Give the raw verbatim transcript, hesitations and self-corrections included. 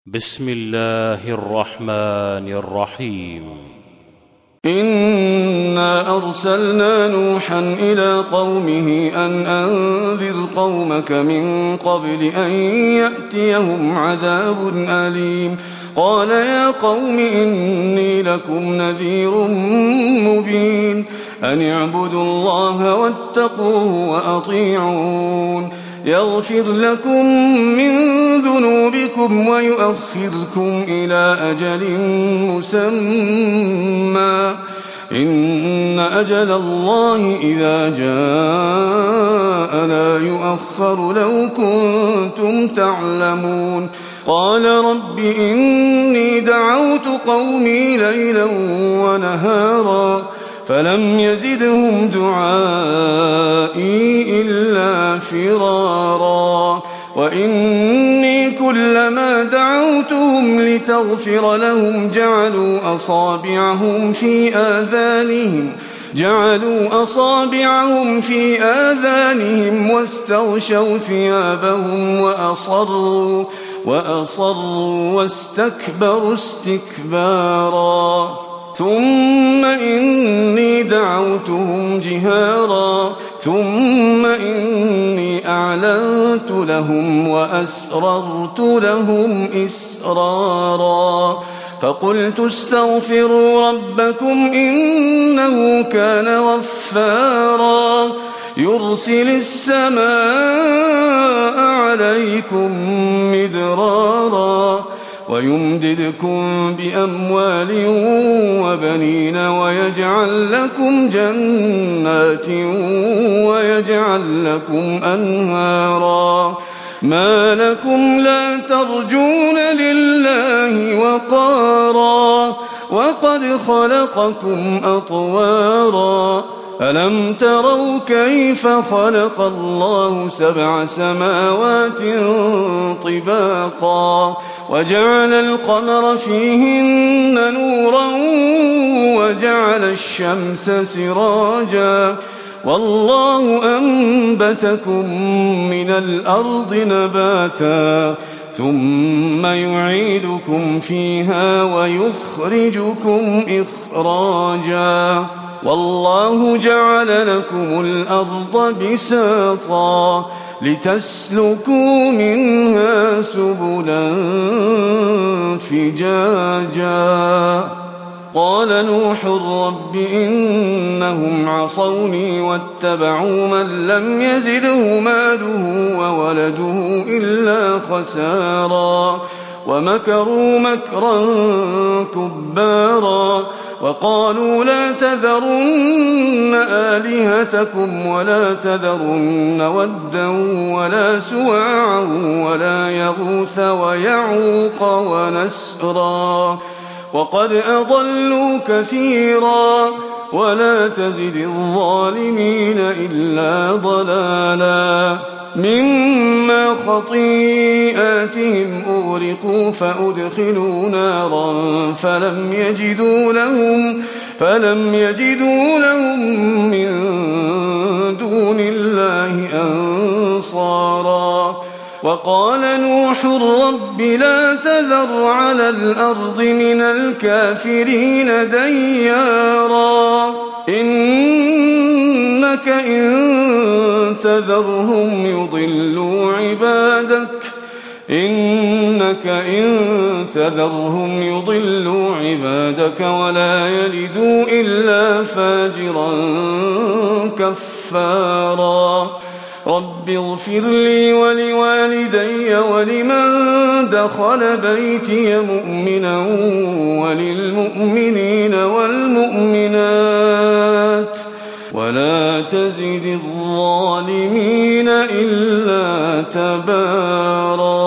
بسم الله الرحمن الرحيم. إنا أرسلنا نوحا إلى قومه أن أنذر قومك من قبل أن يأتيهم عذاب أليم. قال يا قوم إني لكم نذير مبين أن اعبدوا الله واتقوه وأطيعون يغفر لكم من ذنوبكم ويؤخركم إلى أجل مسمى إن أجل الله إذا جاء لا يؤخر لو كنتم تعلمون. قال رب إني دعوت قومي ليلا ونهارا فلم يزدهم دعائي إلا فرارا وإني كلما دعوتهم لتغفر لهم جعلوا أصابعهم في آذانهم جعلوا أصابعهم في آذانهم واستغشوا ثيابهم وأصروا وأصروا واستكبروا استكبارا ثم إني دعوتهم جهارا ثم إني أعلنت لهم وأسررت لهم إسرارا فقلت استغفروا ربكم إنه كان غفارا يرسل السماء عليكم مدرارا ويمددكم بأموال وبنين ويجعل لكم جنات ويجعل لكم أنهارا ما لكم لا ترجون لله وقارا وقد خلقكم أطوارا ألم تروا كيف خلق الله سبع سماوات طباقا وجعل القمر فيهن نورا وجعل الشمس سراجا والله أنبتكم من الأرض نباتا ثم يعيدكم فيها ويخرجكم إخراجا والله جعل لكم الأرض بساطا لتسلكوا منها سبلا فجاجا. قال نوح رب إنهم عصوني واتبعوا من لم يزده ماله وولده إلا خسارا ومكروا مكرا كبارا وقالوا لا تذرن آلهتكم ولا تذرن ودا ولا سواعا ولا يغوث ويعوق ونسرا وقد أضلوا كثيرا ولا تزد الظالمين إلا ضلالا مما خطيئاتهم أغرقوا فأدخلوا نارا فلم يجدوا لهم فلم يجدوا لهم من دون الله أنصارا وقال نوح رب لا تذر على الأرض من الكافرين ديارا إنك إن تذرهم يضلوا عبادك إنك إن تذرهم يضلوا عبادك ولا يلدوا إلا فاجرا كفارا رب اغفر لي ولوالدي ولمن دخل بيتي مؤمنا وللمؤمنين والمؤمنات ولا تزد الظالمين إلا تبارا.